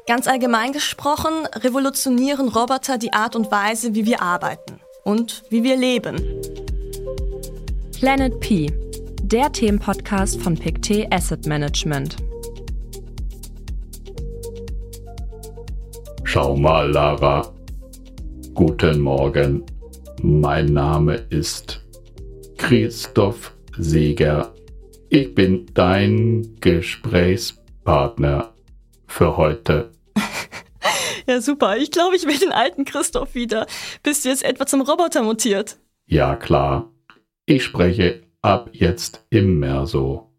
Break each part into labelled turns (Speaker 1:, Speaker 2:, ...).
Speaker 1: Ganz allgemein gesprochen revolutionieren Roboter die Art und Weise, wie wir arbeiten und wie wir leben.
Speaker 2: Planet P, der Themenpodcast von Pictet Asset Management.
Speaker 3: Schau mal, Lara. Guten Morgen. Mein Name ist Christoph Seeger. Ich bin dein Gesprächspartner für heute.
Speaker 1: Ja, super. Ich glaube, ich will den alten Christoph wieder. Bist du jetzt etwa zum Roboter mutiert?
Speaker 3: Ja, klar. Ich spreche ab jetzt immer so.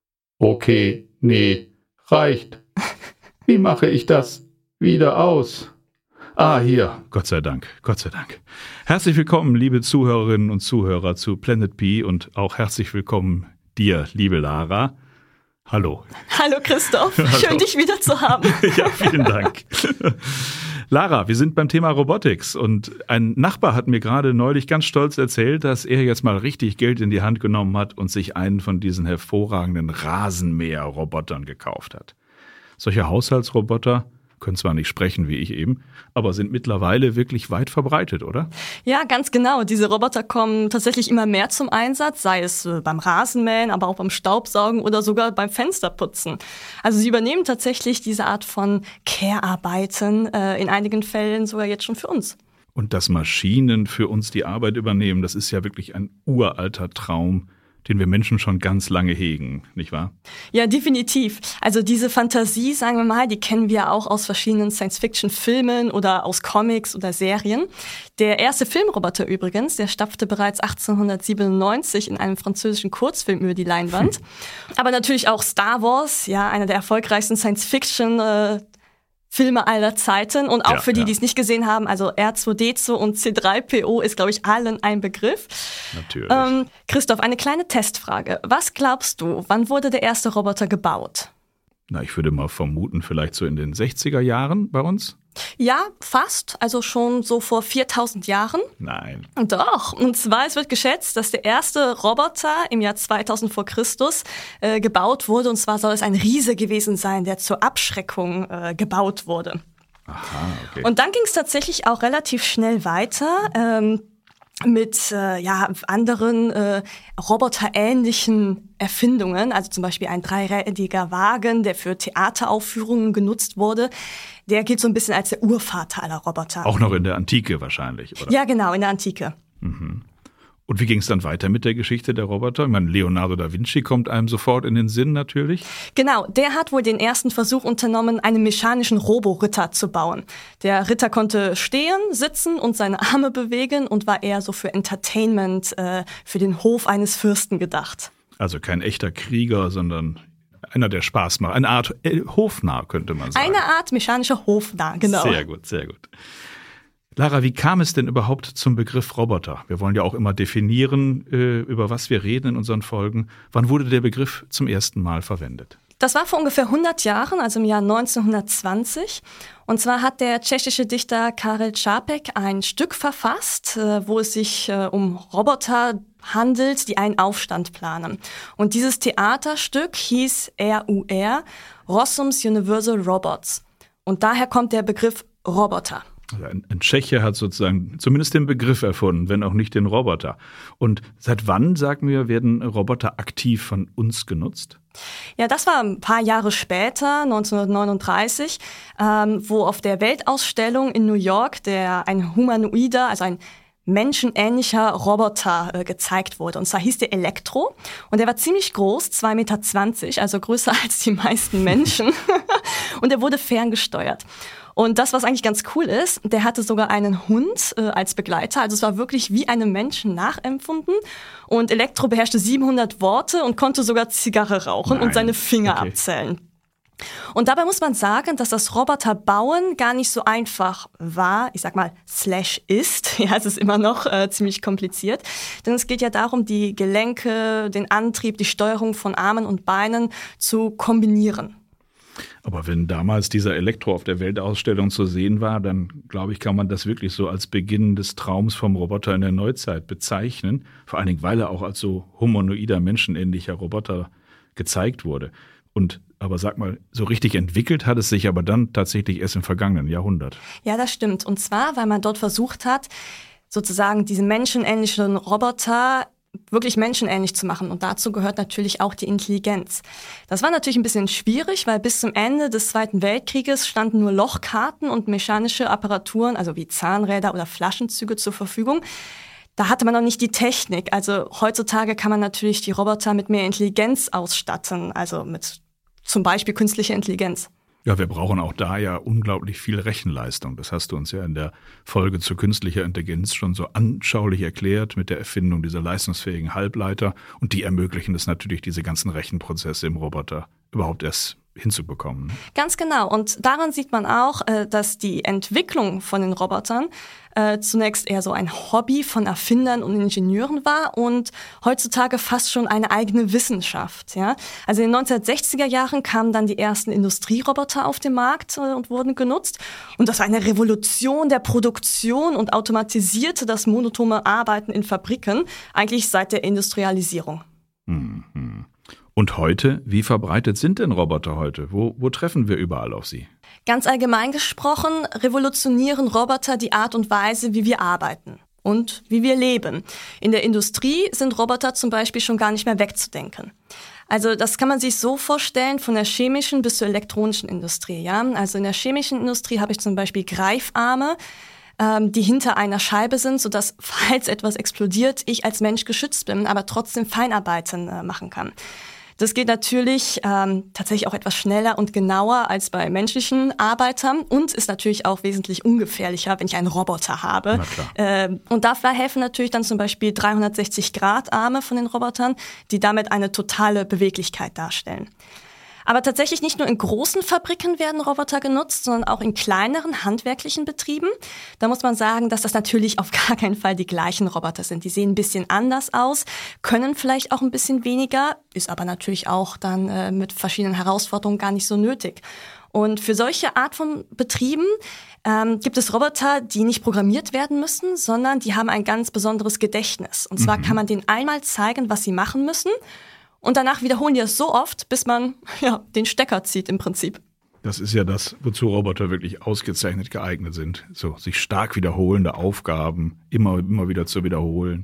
Speaker 3: Okay, nee, reicht. Wie mache ich das wieder aus? Ah, hier.
Speaker 4: Gott sei Dank, Gott sei Dank. Herzlich willkommen, liebe Zuhörerinnen und Zuhörer zu Planet P und auch herzlich willkommen dir, liebe Lara. Hallo.
Speaker 1: Hallo Christoph,
Speaker 4: Hallo.
Speaker 1: Schön dich wieder zu haben.
Speaker 4: Ja, vielen Dank. Lara, wir sind beim Thema Robotics und ein Nachbar hat mir gerade neulich ganz stolz erzählt, dass er jetzt mal richtig Geld in die Hand genommen hat und sich einen von diesen hervorragenden Rasenmäher-Robotern gekauft hat. Solche Haushaltsroboter können zwar nicht sprechen wie ich eben, aber sind mittlerweile wirklich weit verbreitet, oder?
Speaker 1: Ja, ganz genau. Diese Roboter kommen tatsächlich immer mehr zum Einsatz, sei es beim Rasenmähen, aber auch beim Staubsaugen oder sogar beim Fensterputzen. Also sie übernehmen tatsächlich diese Art von Care-Arbeiten, in einigen Fällen sogar jetzt schon für uns.
Speaker 4: Und dass Maschinen für uns die Arbeit übernehmen, das ist ja wirklich ein uralter Traum, den wir Menschen schon ganz lange hegen, nicht wahr?
Speaker 1: Ja, definitiv. Also diese Fantasie, sagen wir mal, die kennen wir auch aus verschiedenen Science-Fiction-Filmen oder aus Comics oder Serien. Der erste Filmroboter übrigens, der stapfte bereits 1897 in einem französischen Kurzfilm über die Leinwand. Aber natürlich auch Star Wars, ja, einer der erfolgreichsten Science-Fiction Filme aller Zeiten und auch für die, die es nicht gesehen haben, also R2D2 und C3PO ist, glaube ich, allen ein Begriff.
Speaker 4: Natürlich.
Speaker 1: Christoph, eine kleine Testfrage. Was glaubst du, wann wurde der erste Roboter gebaut?
Speaker 4: Na, ich würde mal vermuten, vielleicht so in den 60er Jahren bei uns?
Speaker 1: Ja, fast. Also schon so vor 4000 Jahren.
Speaker 4: Nein.
Speaker 1: Doch. Und zwar, es wird geschätzt, dass der erste Roboter im Jahr 2000 vor Christus gebaut wurde. Und zwar soll es ein Riese gewesen sein, der zur Abschreckung gebaut wurde.
Speaker 4: Aha, okay.
Speaker 1: Und dann ging es tatsächlich auch relativ schnell weiter. Mit anderen roboterähnlichen Erfindungen, also zum Beispiel ein dreirädiger Wagen, der für Theateraufführungen genutzt wurde. Der gilt so ein bisschen als der Urvater aller Roboter.
Speaker 4: Auch noch in der Antike wahrscheinlich, oder?
Speaker 1: Ja, genau, in der Antike.
Speaker 4: Mhm. Und wie ging es dann weiter mit der Geschichte der Roboter? Ich meine, Leonardo da Vinci kommt einem sofort in den Sinn natürlich.
Speaker 1: Genau, der hat wohl den ersten Versuch unternommen, einen mechanischen Roboritter zu bauen. Der Ritter konnte stehen, sitzen und seine Arme bewegen und war eher so für Entertainment, für den Hof eines Fürsten gedacht.
Speaker 4: Also kein echter Krieger, sondern einer, der Spaß macht. Eine Art Hofnarr, könnte man sagen.
Speaker 1: Eine Art mechanischer Hofnarr, genau.
Speaker 4: Sehr gut, sehr gut. Lara, wie kam es denn überhaupt zum Begriff Roboter? Wir wollen ja auch immer definieren, über was wir reden in unseren Folgen. Wann wurde der Begriff zum ersten Mal verwendet?
Speaker 1: Das war vor ungefähr 100 Jahren, also im Jahr 1920. Und zwar hat der tschechische Dichter Karel Čapek ein Stück verfasst, wo es sich um Roboter handelt, die einen Aufstand planen. Und dieses Theaterstück hieß RUR, Rossums Universal Robots. Und daher kommt der Begriff Roboter.
Speaker 4: Also ein Tscheche hat sozusagen zumindest den Begriff erfunden, wenn auch nicht den Roboter. Und seit wann, sagen wir, werden Roboter aktiv von uns genutzt?
Speaker 1: Ja, das war ein paar Jahre später, 1939, wo auf der Weltausstellung in New York ein humanoider, also ein menschenähnlicher Roboter gezeigt wurde. Und zwar hieß der Elektro. Und der war ziemlich groß, 2,20 Meter, also größer als die meisten Menschen. Und er wurde ferngesteuert. Und das, was eigentlich ganz cool ist, der hatte sogar einen Hund als Begleiter. Also es war wirklich wie einem Menschen nachempfunden. Und Elektro beherrschte 700 Worte und konnte sogar Zigarre rauchen und seine Finger abzählen. Und dabei muss man sagen, dass das Roboterbauen gar nicht so einfach war, ich sag mal, /ist. Ja, es ist immer noch ziemlich kompliziert. Denn es geht ja darum, die Gelenke, den Antrieb, die Steuerung von Armen und Beinen zu kombinieren.
Speaker 4: Aber wenn damals dieser Elektro auf der Weltausstellung zu sehen war, dann glaube ich, kann man das wirklich so als Beginn des Traums vom Roboter in der Neuzeit bezeichnen. Vor allen Dingen, weil er auch als so humanoider, menschenähnlicher Roboter gezeigt wurde. Aber sag mal, so richtig entwickelt hat es sich aber dann tatsächlich erst im vergangenen Jahrhundert.
Speaker 1: Ja, das stimmt. Und zwar, weil man dort versucht hat, sozusagen diese menschenähnlichen Roboter wirklich menschenähnlich zu machen. Und dazu gehört natürlich auch die Intelligenz. Das war natürlich ein bisschen schwierig, weil bis zum Ende des Zweiten Weltkrieges standen nur Lochkarten und mechanische Apparaturen, also wie Zahnräder oder Flaschenzüge zur Verfügung. Da hatte man noch nicht die Technik. Also heutzutage kann man natürlich die Roboter mit mehr Intelligenz ausstatten, also mit zum Beispiel künstlicher Intelligenz.
Speaker 4: Ja, wir brauchen auch da ja unglaublich viel Rechenleistung. Das hast du uns ja in der Folge zu künstlicher Intelligenz schon so anschaulich erklärt mit der Erfindung dieser leistungsfähigen Halbleiter. Und die ermöglichen es natürlich, diese ganzen Rechenprozesse im Roboter überhaupt erst hinzubekommen.
Speaker 1: Ganz genau. Und daran sieht man auch, dass die Entwicklung von den Robotern zunächst eher so ein Hobby von Erfindern und Ingenieuren war und heutzutage fast schon eine eigene Wissenschaft. Ja? Also in den 1960er Jahren kamen dann die ersten Industrieroboter auf den Markt und wurden genutzt. Und das war eine Revolution der Produktion und automatisierte das monotone Arbeiten in Fabriken, eigentlich seit der Industrialisierung.
Speaker 4: Mhm. Und heute, wie verbreitet sind denn Roboter heute? Wo treffen wir überall auf sie?
Speaker 1: Ganz allgemein gesprochen revolutionieren Roboter die Art und Weise, wie wir arbeiten und wie wir leben. In der Industrie sind Roboter zum Beispiel schon gar nicht mehr wegzudenken. Also das kann man sich so vorstellen, von der chemischen bis zur elektronischen Industrie. Ja? Also in der chemischen Industrie habe ich zum Beispiel Greifarme, die hinter einer Scheibe sind, sodass, falls etwas explodiert, ich als Mensch geschützt bin, aber trotzdem Feinarbeiten machen kann. Das geht natürlich tatsächlich auch etwas schneller und genauer als bei menschlichen Arbeitern und ist natürlich auch wesentlich ungefährlicher, wenn ich einen Roboter habe. Und dafür helfen natürlich dann zum Beispiel 360-Grad-Arme von den Robotern, die damit eine totale Beweglichkeit darstellen. Aber tatsächlich nicht nur in großen Fabriken werden Roboter genutzt, sondern auch in kleineren handwerklichen Betrieben. Da muss man sagen, dass das natürlich auf gar keinen Fall die gleichen Roboter sind. Die sehen ein bisschen anders aus, können vielleicht auch ein bisschen weniger, ist aber natürlich auch dann mit verschiedenen Herausforderungen gar nicht so nötig. Und für solche Art von Betrieben gibt es Roboter, die nicht programmiert werden müssen, sondern die haben ein ganz besonderes Gedächtnis. Und zwar kann man denen einmal zeigen, was sie machen müssen. Und danach wiederholen die das so oft, bis man den Stecker zieht im Prinzip.
Speaker 4: Das ist ja das, wozu Roboter wirklich ausgezeichnet geeignet sind. So sich stark wiederholende Aufgaben immer wieder zu wiederholen.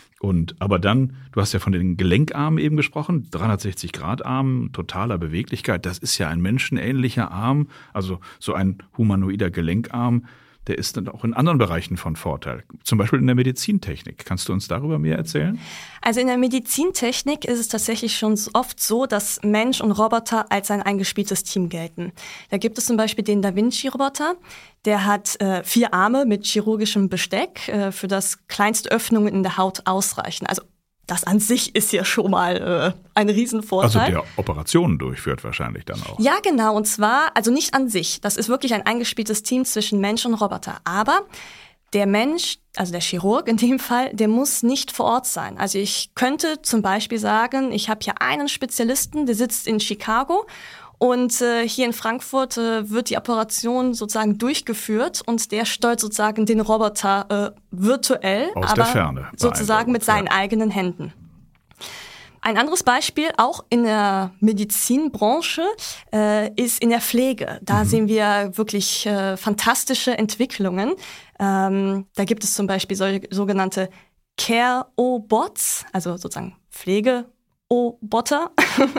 Speaker 4: Aber dann, du hast ja von den Gelenkarmen eben gesprochen, 360-Grad-Arm, totaler Beweglichkeit. Das ist ja ein menschenähnlicher Arm, also so ein humanoider Gelenkarm. Der ist dann auch in anderen Bereichen von Vorteil, zum Beispiel in der Medizintechnik. Kannst du uns darüber mehr erzählen?
Speaker 1: Also in der Medizintechnik ist es tatsächlich schon oft so, dass Mensch und Roboter als ein eingespieltes Team gelten. Da gibt es zum Beispiel den Da Vinci-Roboter. Der hat 4 Arme mit chirurgischem Besteck, für das kleinste Öffnungen in der Haut ausreichen. Also das an sich ist ja schon mal ein Riesenvorteil.
Speaker 4: Also der Operationen durchführt wahrscheinlich dann auch.
Speaker 1: Ja, genau. Und zwar, also nicht an sich. Das ist wirklich ein eingespieltes Team zwischen Mensch und Roboter. Aber der Mensch, also der Chirurg in dem Fall, der muss nicht vor Ort sein. Also ich könnte zum Beispiel sagen, ich habe hier einen Spezialisten, der sitzt in Chicago. Und hier in Frankfurt wird die Operation sozusagen durchgeführt und der steuert sozusagen den Roboter virtuell,
Speaker 4: aus
Speaker 1: aber
Speaker 4: der Ferne,
Speaker 1: sozusagen mit seinen eigenen Händen. Ein anderes Beispiel, auch in der Medizinbranche, ist in der Pflege. Da sehen wir wirklich fantastische Entwicklungen. Da gibt es zum Beispiel sogenannte Care-O-Bots, also sozusagen Pflege-Roboter,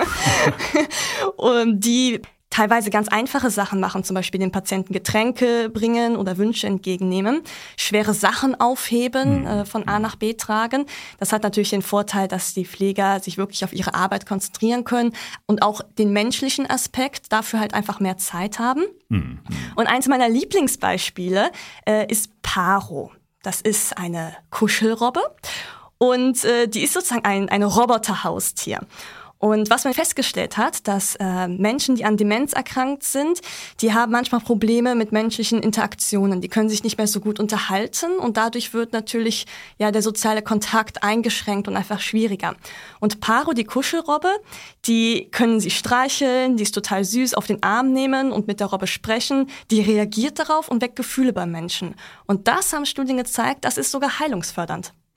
Speaker 1: und die teilweise ganz einfache Sachen machen, zum Beispiel den Patienten Getränke bringen oder Wünsche entgegennehmen, schwere Sachen aufheben, von A nach B tragen. Das hat natürlich den Vorteil, dass die Pfleger sich wirklich auf ihre Arbeit konzentrieren können und auch den menschlichen Aspekt dafür halt einfach mehr Zeit haben. Und eins meiner Lieblingsbeispiele ist Paro. Das ist eine Kuschelrobbe. Und die ist sozusagen ein Roboterhaustier. Und was man festgestellt hat, dass Menschen, die an Demenz erkrankt sind, die haben manchmal Probleme mit menschlichen Interaktionen. Die können sich nicht mehr so gut unterhalten und dadurch wird natürlich der soziale Kontakt eingeschränkt und einfach schwieriger. Und Paro, die Kuschelrobbe, die können sie streicheln, die ist total süß, auf den Arm nehmen und mit der Robbe sprechen. Die reagiert darauf und weckt Gefühle beim Menschen. Und das haben Studien gezeigt, das ist sogar heilungsfördernd.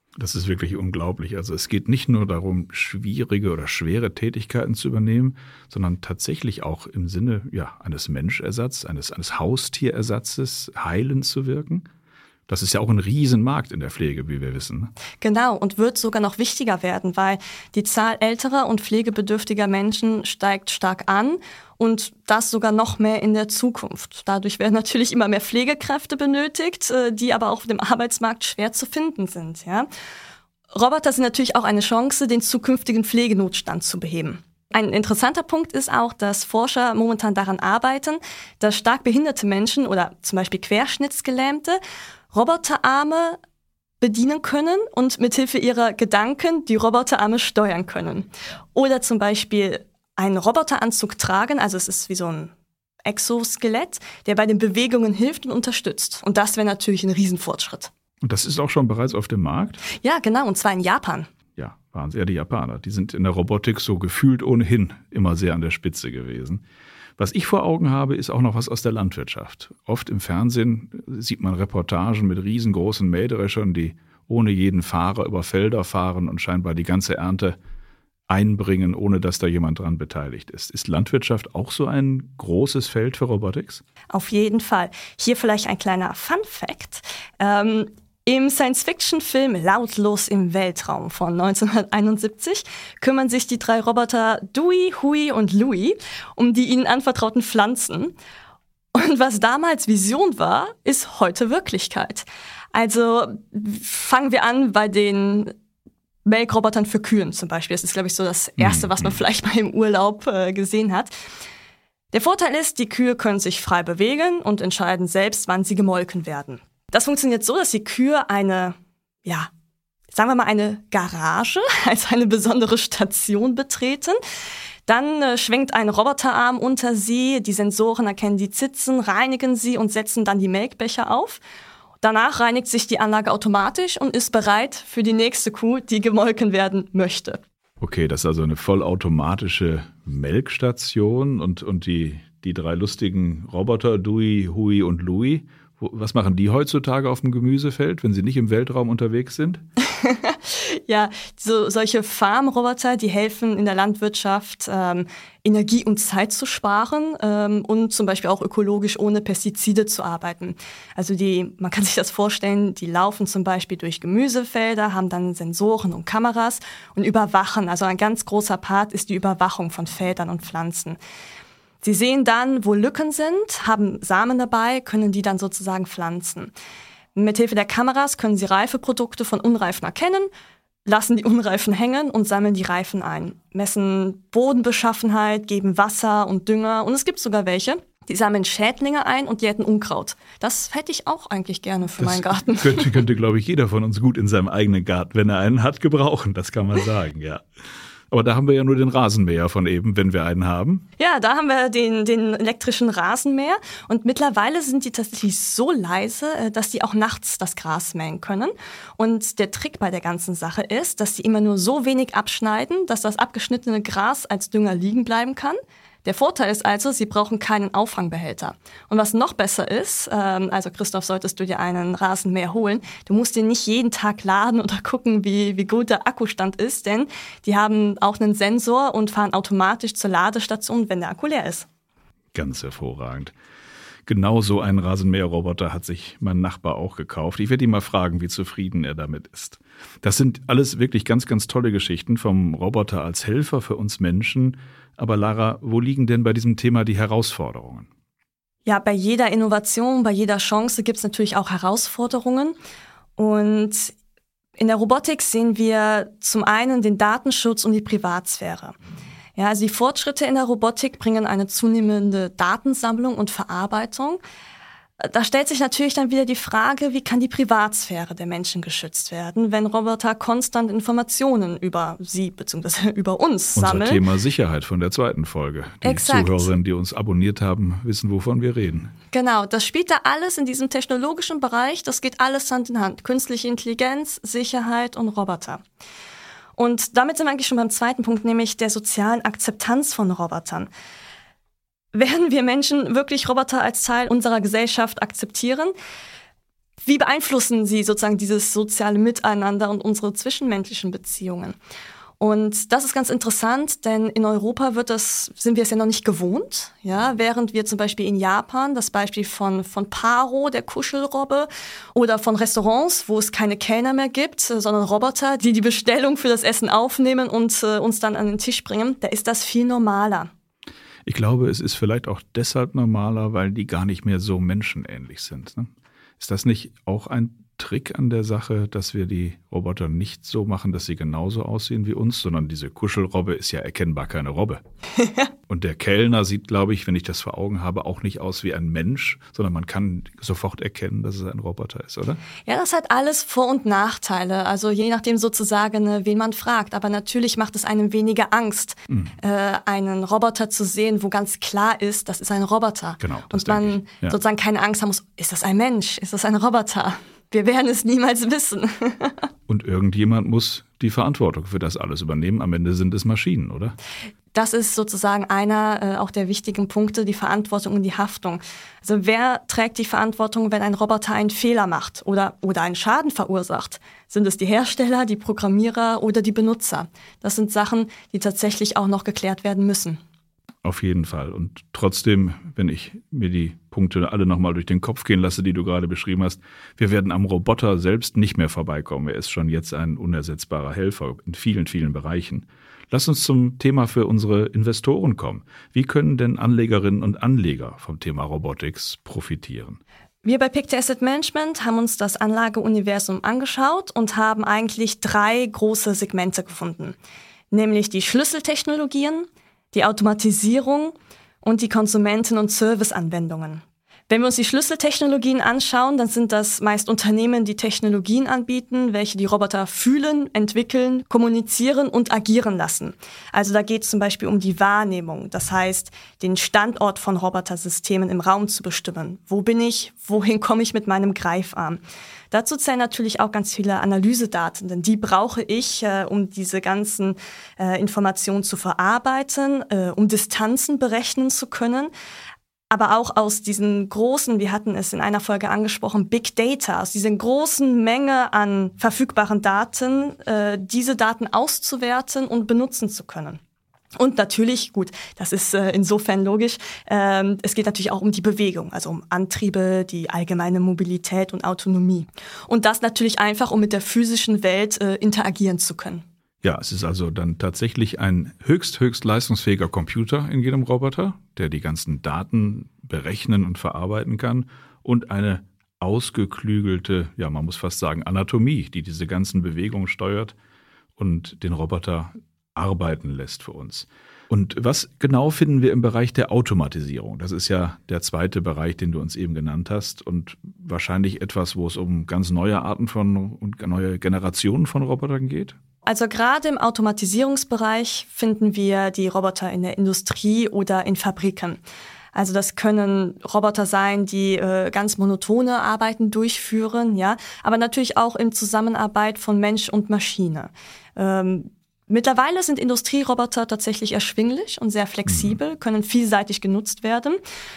Speaker 4: Das ist wirklich unglaublich. Also es geht nicht nur darum, schwierige oder schwere Tätigkeiten zu übernehmen, sondern tatsächlich auch im Sinne eines Menschersatzes, eines Haustierersatzes heilend zu wirken. Das ist ja auch ein Riesenmarkt in der Pflege, wie wir wissen.
Speaker 1: Genau, und wird sogar noch wichtiger werden, weil die Zahl älterer und pflegebedürftiger Menschen steigt stark an und das sogar noch mehr in der Zukunft. Dadurch werden natürlich immer mehr Pflegekräfte benötigt, die aber auch auf dem Arbeitsmarkt schwer zu finden sind. Ja? Roboter sind natürlich auch eine Chance, den zukünftigen Pflegenotstand zu beheben. Ein interessanter Punkt ist auch, dass Forscher momentan daran arbeiten, dass stark behinderte Menschen oder zum Beispiel Querschnittsgelähmte Roboterarme bedienen können und mithilfe ihrer Gedanken die Roboterarme steuern können. Oder zum Beispiel einen Roboteranzug tragen, also es ist wie so ein Exoskelett, der bei den Bewegungen hilft und unterstützt. Und das wäre natürlich ein Riesenfortschritt.
Speaker 4: Und das ist auch schon bereits auf dem Markt?
Speaker 1: Ja, genau, und zwar in Japan.
Speaker 4: Ja, waren es eher die Japaner. Die sind in der Robotik so gefühlt ohnehin immer sehr an der Spitze gewesen. Was ich vor Augen habe, ist auch noch was aus der Landwirtschaft. Oft im Fernsehen sieht man Reportagen mit riesengroßen Mähdreschern, die ohne jeden Fahrer über Felder fahren und scheinbar die ganze Ernte einbringen, ohne dass da jemand dran beteiligt ist. Ist Landwirtschaft auch so ein großes Feld für Robotics?
Speaker 1: Auf jeden Fall. Hier vielleicht ein kleiner Fun-Fact. Im Science-Fiction-Film Lautlos im Weltraum von 1971 kümmern sich die 3 Roboter Dewey, Huey und Louie um die ihnen anvertrauten Pflanzen. Und was damals Vision war, ist heute Wirklichkeit. Also fangen wir an bei den Melkrobotern für Kühen zum Beispiel. Das ist, glaube ich, so das Erste, was man vielleicht mal im Urlaub gesehen hat. Der Vorteil ist, die Kühe können sich frei bewegen und entscheiden selbst, wann sie gemolken werden. Das funktioniert so, dass die Kühe eine Garage, also eine besondere Station betreten. Dann schwenkt ein Roboterarm unter sie, die Sensoren erkennen die Zitzen, reinigen sie und setzen dann die Melkbecher auf. Danach reinigt sich die Anlage automatisch und ist bereit für die nächste Kuh, die gemolken werden möchte.
Speaker 4: Okay, das ist also eine vollautomatische Melkstation und die 3 lustigen Roboter, Dewey, Huey und Louie. Was machen die heutzutage auf dem Gemüsefeld, wenn sie nicht im Weltraum unterwegs sind?
Speaker 1: Ja, solche Farmroboter, die helfen in der Landwirtschaft, Energie und Zeit zu sparen und zum Beispiel auch ökologisch ohne Pestizide zu arbeiten. Also man kann sich das vorstellen, die laufen zum Beispiel durch Gemüsefelder, haben dann Sensoren und Kameras und überwachen. Also ein ganz großer Part ist die Überwachung von Feldern und Pflanzen. Sie sehen dann, wo Lücken sind, haben Samen dabei, können die dann sozusagen pflanzen. Mithilfe der Kameras können sie reife Produkte von unreifen erkennen, lassen die unreifen hängen und sammeln die reifen ein. Messen Bodenbeschaffenheit, geben Wasser und Dünger und es gibt sogar welche, die sammeln Schädlinge ein und jäten Unkraut. Das hätte ich auch eigentlich gerne für meinen Garten.
Speaker 4: Könnte, glaube ich, jeder von uns gut in seinem eigenen Garten, wenn er einen hat, gebrauchen. Das kann man sagen, ja. Aber da haben wir ja nur den Rasenmäher von eben, wenn wir einen haben.
Speaker 1: Ja, da haben wir den elektrischen Rasenmäher. Und mittlerweile sind die tatsächlich so leise, dass die auch nachts das Gras mähen können. Und der Trick bei der ganzen Sache ist, dass die immer nur so wenig abschneiden, dass das abgeschnittene Gras als Dünger liegen bleiben kann. Der Vorteil ist also, sie brauchen keinen Auffangbehälter. Und was noch besser ist, also Christoph, solltest du dir einen Rasenmäher holen, du musst den nicht jeden Tag laden oder gucken, wie gut der Akkustand ist, denn die haben auch einen Sensor und fahren automatisch zur Ladestation, wenn der Akku leer ist.
Speaker 4: Ganz hervorragend. Genau so einen Rasenmäherroboter hat sich mein Nachbar auch gekauft. Ich werde ihn mal fragen, wie zufrieden er damit ist. Das sind alles wirklich ganz, ganz tolle Geschichten vom Roboter als Helfer für uns Menschen. Aber Lara, wo liegen denn bei diesem Thema die Herausforderungen?
Speaker 1: Ja, bei jeder Innovation, bei jeder Chance gibt es natürlich auch Herausforderungen. Und in der Robotik sehen wir zum einen den Datenschutz und die Privatsphäre. Ja, also die Fortschritte in der Robotik bringen eine zunehmende Datensammlung und Verarbeitung. Da stellt sich natürlich dann wieder die Frage, wie kann die Privatsphäre der Menschen geschützt werden, wenn Roboter konstant Informationen über sie bzw. über uns sammeln.
Speaker 4: Unser Thema Sicherheit von der 2. Folge. Die
Speaker 1: Exakt.
Speaker 4: Zuhörerinnen, die uns abonniert haben, wissen, wovon wir reden.
Speaker 1: Genau, das spielt da alles in diesem technologischen Bereich, das geht alles Hand in Hand. Künstliche Intelligenz, Sicherheit und Roboter. Und damit sind wir eigentlich schon beim 2. Punkt, nämlich der sozialen Akzeptanz von Robotern. Werden wir Menschen wirklich Roboter als Teil unserer Gesellschaft akzeptieren? Wie beeinflussen sie sozusagen dieses soziale Miteinander und unsere zwischenmenschlichen Beziehungen? Und das ist ganz interessant, denn in Europa sind wir es ja noch nicht gewohnt, ja, während wir zum Beispiel in Japan das Beispiel von Paro, der Kuschelrobbe, oder von Restaurants, wo es keine Kellner mehr gibt, sondern Roboter, die die Bestellung für das Essen aufnehmen und uns dann an den Tisch bringen, da ist das viel normaler.
Speaker 4: Ich glaube, es ist vielleicht auch deshalb normaler, weil die gar nicht mehr so menschenähnlich sind. Ne? Ist das nicht auch ein Trick an der Sache, dass wir die Roboter nicht so machen, dass sie genauso aussehen wie uns, sondern diese Kuschelrobbe ist ja erkennbar keine Robbe. Und der Kellner sieht, glaube ich, wenn ich das vor Augen habe, auch nicht aus wie ein Mensch, sondern man kann sofort erkennen, dass es ein Roboter ist, oder?
Speaker 1: Ja, das hat alles Vor- und Nachteile, also je nachdem sozusagen, wen man fragt. Aber natürlich macht es einem weniger Angst, einen Roboter zu sehen, wo ganz klar ist, das ist ein Roboter.
Speaker 4: Genau,
Speaker 1: und man sozusagen keine Angst haben muss, ist das ein Mensch, ist das ein Roboter? Wir werden es niemals wissen.
Speaker 4: Und irgendjemand muss die Verantwortung für das alles übernehmen. Am Ende sind es Maschinen, oder?
Speaker 1: Das ist sozusagen einer auch der wichtigen Punkte, die Verantwortung und die Haftung. Also wer trägt die Verantwortung, wenn ein Roboter einen Fehler macht oder einen Schaden verursacht? Sind es die Hersteller, die Programmierer oder die Benutzer? Das sind Sachen, die tatsächlich auch noch geklärt werden müssen.
Speaker 4: Auf jeden Fall. Und trotzdem, wenn ich mir die Punkte alle nochmal durch den Kopf gehen lasse, die du gerade beschrieben hast, wir werden am Roboter selbst nicht mehr vorbeikommen. Er ist schon jetzt ein unersetzbarer Helfer in vielen, vielen Bereichen. Lass uns zum Thema für unsere Investoren kommen. Wie können denn Anlegerinnen und Anleger vom Thema Robotics profitieren?
Speaker 1: Wir bei Pictet Asset Management haben uns das Anlageuniversum angeschaut und haben eigentlich 3 große Segmente gefunden. Nämlich die Schlüsseltechnologien, die Automatisierung und die Konsumenten- und Serviceanwendungen. Wenn wir uns die Schlüsseltechnologien anschauen, dann sind das meist Unternehmen, die Technologien anbieten, welche die Roboter fühlen, entwickeln, kommunizieren und agieren lassen. Also da geht es zum Beispiel um die Wahrnehmung, das heißt, den Standort von Robotersystemen im Raum zu bestimmen. Wo bin ich? Wohin komme ich mit meinem Greifarm? Dazu zählen natürlich auch ganz viele Analysedaten, denn die brauche ich, um diese ganzen Informationen zu verarbeiten, um Distanzen berechnen zu können. Aber auch aus diesen großen, wir hatten es in einer Folge angesprochen, Big Data, aus dieser großen Menge an verfügbaren Daten, diese Daten auszuwerten und benutzen zu können. Und natürlich, gut, das ist insofern logisch, es geht natürlich auch um die Bewegung, also um Antriebe, die allgemeine Mobilität und Autonomie. Und das natürlich einfach, um mit der physischen Welt interagieren zu können.
Speaker 4: Ja, es ist also dann tatsächlich ein höchst leistungsfähiger Computer in jedem Roboter, der die ganzen Daten berechnen und verarbeiten kann und eine ausgeklügelte, ja, man muss fast sagen, Anatomie, die diese ganzen Bewegungen steuert und den Roboter arbeiten lässt für uns. Und was genau finden wir im Bereich der Automatisierung? Das ist ja der zweite Bereich, den du uns eben genannt hast und wahrscheinlich etwas, wo es um ganz neue Arten und neue Generationen von Robotern geht?
Speaker 1: Also gerade im Automatisierungsbereich finden wir die Roboter in der Industrie oder in Fabriken. Also das können Roboter sein, die ganz monotone Arbeiten durchführen, ja, aber natürlich auch in Zusammenarbeit von Mensch und Maschine. Mittlerweile sind Industrieroboter tatsächlich erschwinglich und sehr flexibel, können vielseitig genutzt werden.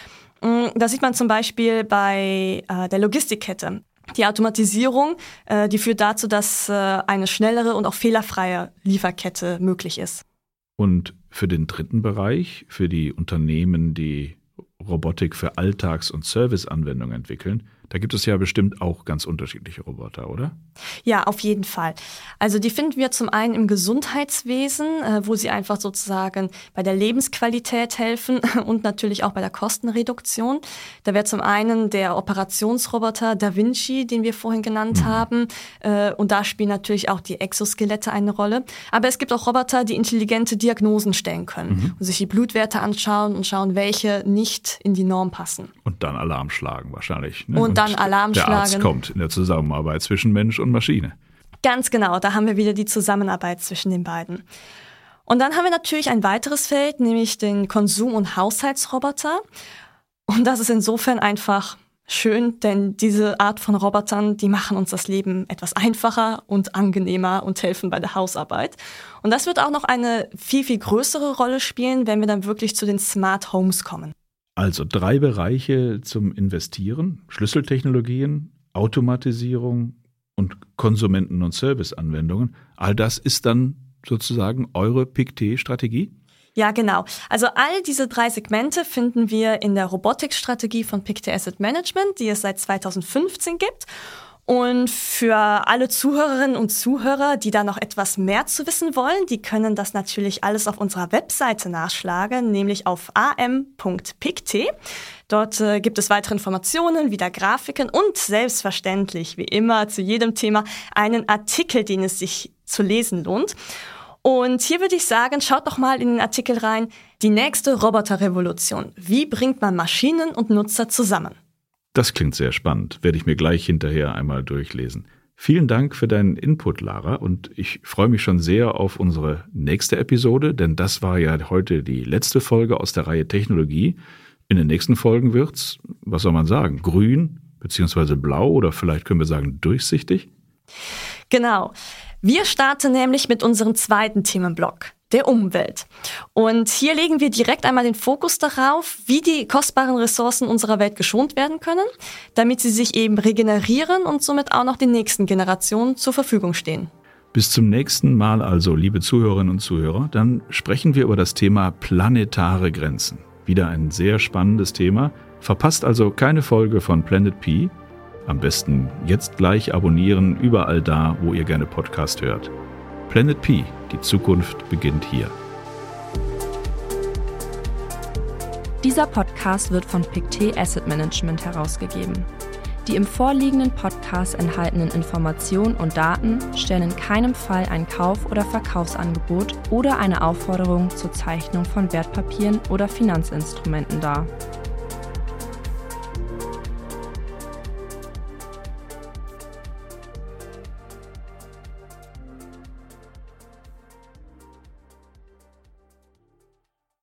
Speaker 1: Das sieht man zum Beispiel bei der Logistikkette. Die Automatisierung, die führt dazu, dass eine schnellere und auch fehlerfreie Lieferkette möglich ist.
Speaker 4: Und für den dritten Bereich, für die Unternehmen, die Robotik für Alltags- und Serviceanwendungen entwickeln, da gibt es ja bestimmt auch ganz unterschiedliche Roboter, oder?
Speaker 1: Ja, auf jeden Fall. Also die finden wir zum einen im Gesundheitswesen, wo sie einfach sozusagen bei der Lebensqualität helfen und natürlich auch bei der Kostenreduktion. Da wäre zum einen der Operationsroboter Da Vinci, den wir vorhin genannt haben. Und da spielen natürlich auch die Exoskelette eine Rolle. Aber es gibt auch Roboter, die intelligente Diagnosen stellen können und sich die Blutwerte anschauen und schauen, welche nicht in die Norm passen.
Speaker 4: Und dann Alarm schlagen wahrscheinlich. Ne?
Speaker 1: Und dann Alarm schlagen.
Speaker 4: Der Arzt kommt in der Zusammenarbeit zwischen Mensch und Maschine.
Speaker 1: Ganz genau, da haben wir wieder die Zusammenarbeit zwischen den beiden. Und dann haben wir natürlich ein weiteres Feld, nämlich den Konsum- und Haushaltsroboter. Und das ist insofern einfach schön, denn diese Art von Robotern, die machen uns das Leben etwas einfacher und angenehmer und helfen bei der Hausarbeit. Und das wird auch noch eine viel größere Rolle spielen, wenn wir dann wirklich zu den Smart Homes kommen.
Speaker 4: Also 3 Bereiche zum Investieren: Schlüsseltechnologien, Automatisierung und Konsumenten- und Serviceanwendungen. All das ist dann sozusagen eure PIC-T-Strategie?
Speaker 1: Ja, genau. Also all diese 3 Segmente finden wir in der Robotikstrategie von PIC-T Asset Management, die es seit 2015 gibt. Und für alle Zuhörerinnen und Zuhörer, die da noch etwas mehr zu wissen wollen, die können das natürlich alles auf unserer Webseite nachschlagen, nämlich auf am.pict. Dort gibt es weitere Informationen, wieder Grafiken und selbstverständlich, wie immer, zu jedem Thema einen Artikel, den es sich zu lesen lohnt. Und hier würde ich sagen, schaut doch mal in den Artikel rein, die nächste Roboterrevolution. Wie bringt man Maschinen und Nutzer zusammen?
Speaker 4: Das klingt sehr spannend, werde ich mir gleich hinterher einmal durchlesen. Vielen Dank für deinen Input, Lara, und ich freue mich schon sehr auf unsere nächste Episode, denn das war ja heute die letzte Folge aus der Reihe Technologie. In den nächsten Folgen wird's, was soll man sagen, grün bzw. blau oder vielleicht können wir sagen durchsichtig?
Speaker 1: Genau. Wir starten nämlich mit unserem zweiten Themenblock, der Umwelt. Und hier legen wir direkt einmal den Fokus darauf, wie die kostbaren Ressourcen unserer Welt geschont werden können, damit sie sich eben regenerieren und somit auch noch den nächsten Generationen zur Verfügung stehen.
Speaker 4: Bis zum nächsten Mal also, liebe Zuhörerinnen und Zuhörer, dann sprechen wir über das Thema planetare Grenzen. Wieder ein sehr spannendes Thema. Verpasst also keine Folge von Planet P. Am besten jetzt gleich abonnieren, überall da, wo ihr gerne Podcast hört. Planet P, die Zukunft beginnt hier.
Speaker 2: Dieser Podcast wird von PIC-T Asset Management herausgegeben. Die im vorliegenden Podcast enthaltenen Informationen und Daten stellen in keinem Fall ein Kauf- oder Verkaufsangebot oder eine Aufforderung zur Zeichnung von Wertpapieren oder Finanzinstrumenten dar.